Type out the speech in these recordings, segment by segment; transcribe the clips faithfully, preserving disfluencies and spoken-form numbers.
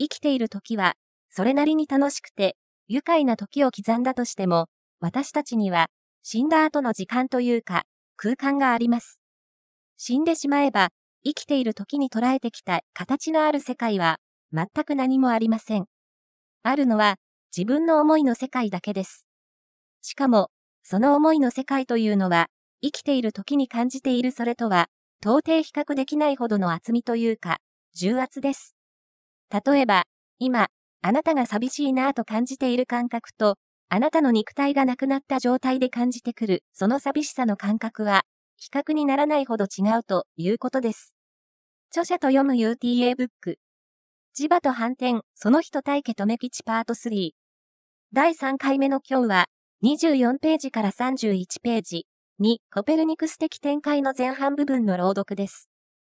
生きている時は、それなりに楽しくて、愉快な時を刻んだとしても、私たちには、死んだ後の時間というか、空間があります。死んでしまえば、生きている時に捉えてきた形のある世界は、全く何もありません。あるのは、自分の思いの世界だけです。しかも、その思いの世界というのは、生きている時に感じているそれとは、到底比較できないほどの厚みというか、重圧です。例えば、今、あなたが寂しいなぁと感じている感覚と、あなたの肉体がなくなった状態で感じてくる、その寂しさの感覚は、比較にならないほど違うということです。著者と読む ユーティーエー ブック。磁場と反転、その人対家留吉パートスリー。だいさんかいめの今日は、にじゅうよんページからさんじゅういちページ。に、コペルニクス的展開の前半部分の朗読です。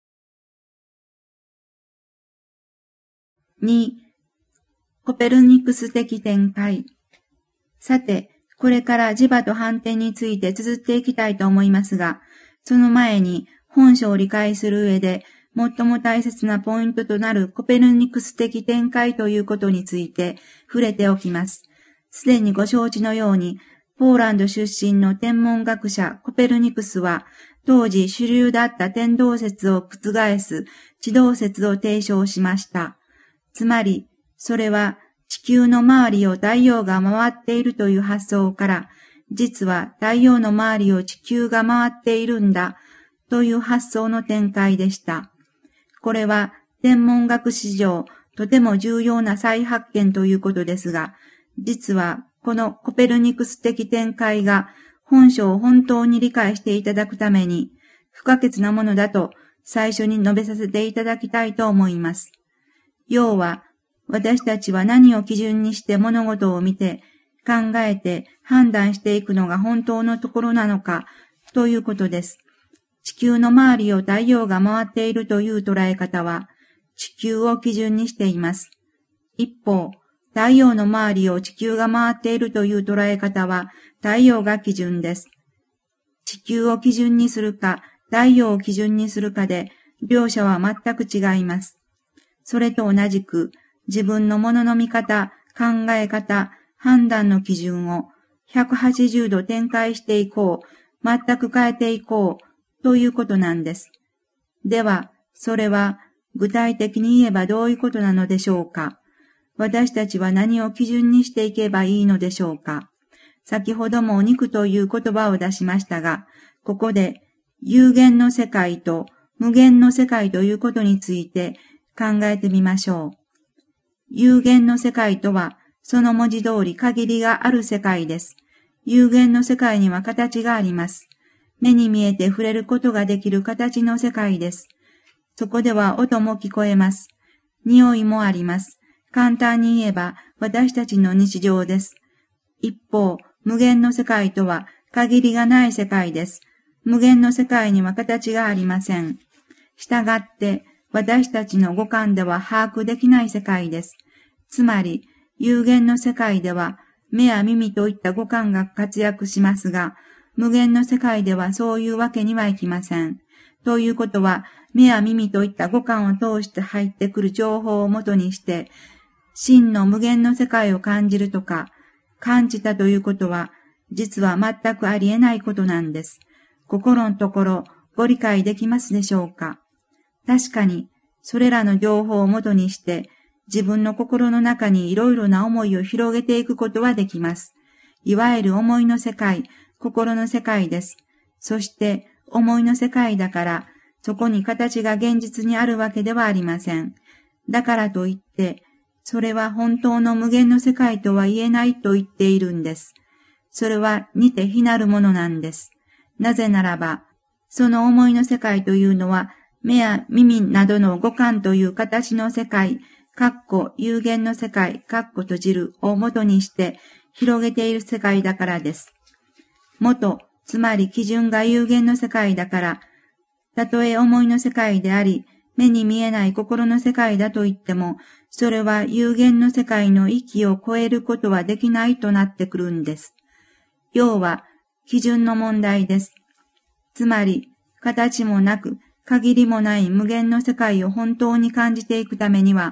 に、コペルニクス的展開。さて、これから磁場と反転について綴っていきたいと思いますが、その前に本書を理解する上で最も大切なポイントとなるコペルニクス的展開ということについて触れておきます。すでにご承知のように、ポーランド出身の天文学者コペルニクスは、当時主流だった天動説を覆す地動説を提唱しました。つまり、それは地球の周りを太陽が回っているという発想から、実は太陽の周りを地球が回っているんだという発想の展開でした。これは天文学史上とても重要な再発見ということですが、実はこのコペルニクス的展開が本書を本当に理解していただくために不可欠なものだと最初に述べさせていただきたいと思います。要は、私たちは何を基準にして物事を見て、考えて判断していくのが本当のところなのかということです。地球の周りを太陽が回っているという捉え方は、地球を基準にしています。一方、太陽の周りを地球が回っているという捉え方は、太陽が基準です。地球を基準にするか、太陽を基準にするかで、両者は全く違います。それと同じく、自分のものの見方、考え方、判断の基準をひゃくはちじゅうど展開していこう、全く変えていこう、ということなんです。では、それは具体的に言えばどういうことなのでしょうか。私たちは何を基準にしていけばいいのでしょうか。先ほどもお肉という言葉を出しましたが、ここで有限の世界と無限の世界ということについて考えてみましょう。有限の世界とは、その文字通り限りがある世界です。有限の世界には形があります。目に見えて触れることができる形の世界です。そこでは音も聞こえます。匂いもあります。簡単に言えば私たちの日常です。一方、無限の世界とは限りがない世界です。無限の世界には形がありません。したがって、私たちの五感では把握できない世界です。つまり、有限の世界では目や耳といった五感が活躍しますが、無限の世界ではそういうわけにはいきません。ということは、目や耳といった五感を通して入ってくる情報をもとにして、真の無限の世界を感じるとか、感じたということは、実は全くありえないことなんです。心のところ、ご理解できますでしょうか。確かに、それらの情報をもとにして、自分の心の中にいろいろな思いを広げていくことはできます。いわゆる思いの世界、心の世界です。そして、思いの世界だから、そこに形が現実にあるわけではありません。だからといって、それは本当の無限の世界とは言えないと言っているんです。それは似て非なるものなんです。なぜならば、その思いの世界というのは、目や耳などの五感という形の世界、かっこ有限の世界、かっこ閉じるを元にして広げている世界だからです。元、つまり基準が有限の世界だから、たとえ思いの世界であり、目に見えない心の世界だと言っても、それは有限の世界の域を超えることはできないとなってくるんです。要は、基準の問題です。つまり、形もなく、限りもない無限の世界を本当に感じていくためには、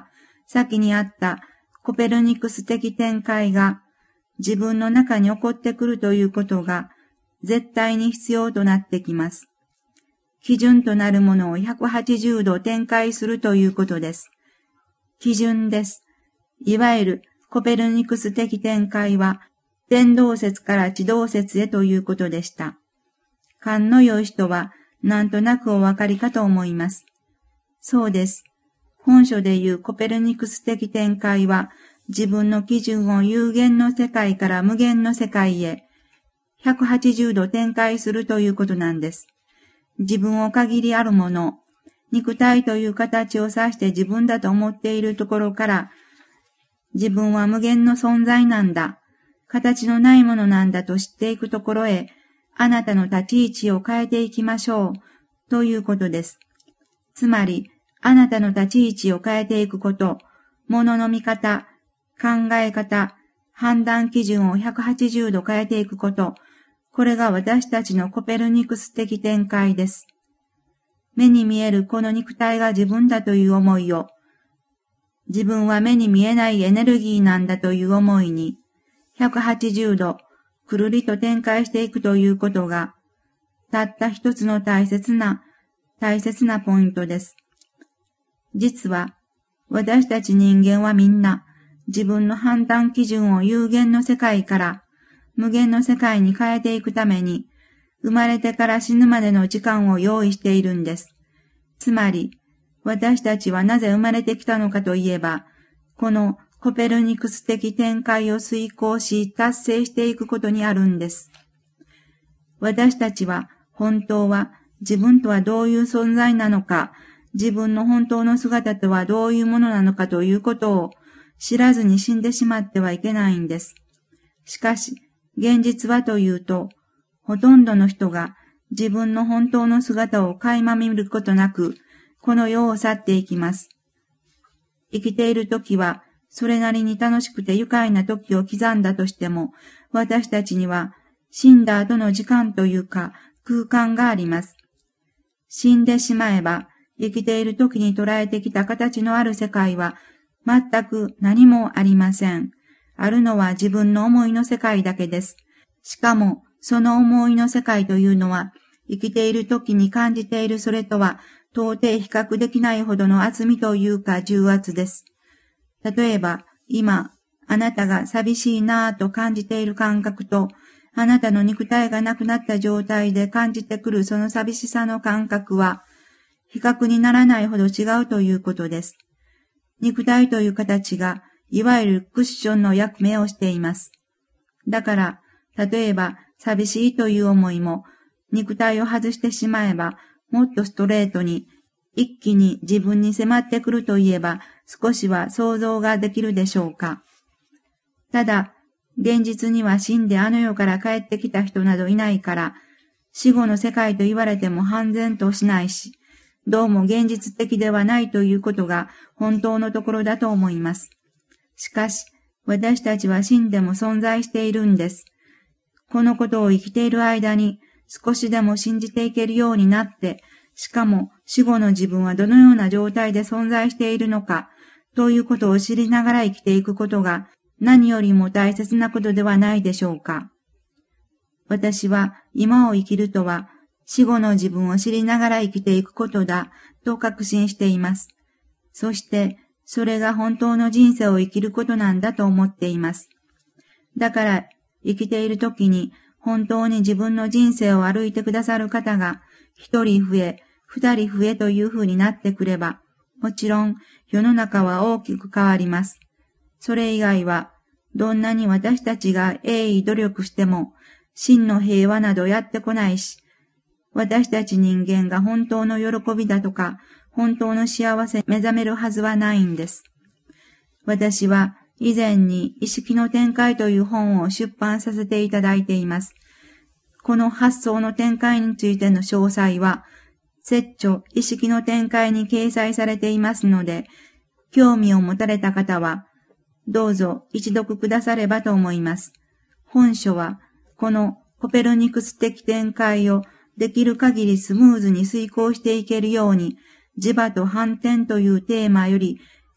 先にあったコペルニクス的展開が自分の中に起こってくるということが絶対に必要となってきます。基準となるものをひゃくはちじゅうど展開するということです。基準です。いわゆるコペルニクス的展開は天動説から地動説へということでした。勘の良い人はなんとなくお分かりかと思います。そうです。本書でいうコペルニクス的展開は自分の基準を有限の世界から無限の世界へひゃくはちじゅうど展開するということなんです。自分を限りあるもの、肉体という形を指して自分だと思っているところから、自分は無限の存在なんだ、形のないものなんだと知っていくところへ、あなたの立ち位置を変えていきましょう、ということです。つまり、あなたの立ち位置を変えていくこと、物の見方、考え方、判断基準をひゃくはちじゅうど変えていくこと、これが私たちのコペルニクス的展開です。目に見えるこの肉体が自分だという思いを、自分は目に見えないエネルギーなんだという思いに、ひゃくはちじゅうどくるりと展開していくということが、たった一つの大切な、大切なポイントです。実は、私たち人間はみんな、自分の判断基準を有限の世界から無限の世界に変えていくために、生まれてから死ぬまでの時間を用意しているんです。つまり、私たちはなぜ生まれてきたのかといえば、このコペルニクス的展開を遂行し達成していくことにあるんです。私たちは本当は自分とはどういう存在なのか、自分の本当の姿とはどういうものなのかということを知らずに死んでしまってはいけないんです。しかし、現実はというと、ほとんどの人が自分の本当の姿を垣間見ることなく、この世を去っていきます。生きている時は、それなりに楽しくて愉快な時を刻んだとしても、私たちには死んだ後の時間というか空間があります。死んでしまえば、生きている時に捉えてきた形のある世界は、全く何もありません。あるのは自分の思いの世界だけです。しかも、その思いの世界というのは、生きている時に感じているそれとは、到底比較できないほどの厚みというか重圧です。例えば、今、あなたが寂しいなぁと感じている感覚と、あなたの肉体がなくなった状態で感じてくるその寂しさの感覚は、比較にならないほど違うということです。肉体という形が、いわゆるクッションの役目をしています。だから、例えば、寂しいという思いも、肉体を外してしまえば、もっとストレートに、一気に自分に迫ってくるといえば、少しは想像ができるでしょうか。ただ、現実には死んであの世から帰ってきた人などいないから、死後の世界と言われても判然としないし、どうも現実的ではないということが本当のところだと思います。しかし、私たちは死んでも存在しているんです。このことを生きている間に少しでも信じていけるようになって、しかも死後の自分はどのような状態で存在しているのか、ということを知りながら生きていくことが何よりも大切なことではないでしょうか。私は今を生きるとは死後の自分を知りながら生きていくことだと確信しています。そしてそれが本当の人生を生きることなんだと思っています。だから生きている時に本当に自分の人生を歩いてくださる方が一人増え、二人増えという風になってくれば、もちろん世の中は大きく変わります。それ以外は、どんなに私たちが鋭意努力しても、真の平和などやってこないし、私たち人間が本当の喜びだとか、本当の幸せ目覚めるはずはないんです。私は以前に意識の展開という本を出版させていただいています。この発想の展開についての詳細は、説著意識の展開に掲載されていますので、興味を持たれた方は、どうぞ一読くださればと思います。本書は、このコペルニクス的展開をできる限りスムーズに遂行していけるように、磁場と反転というテーマより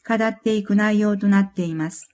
語っていく内容となっています。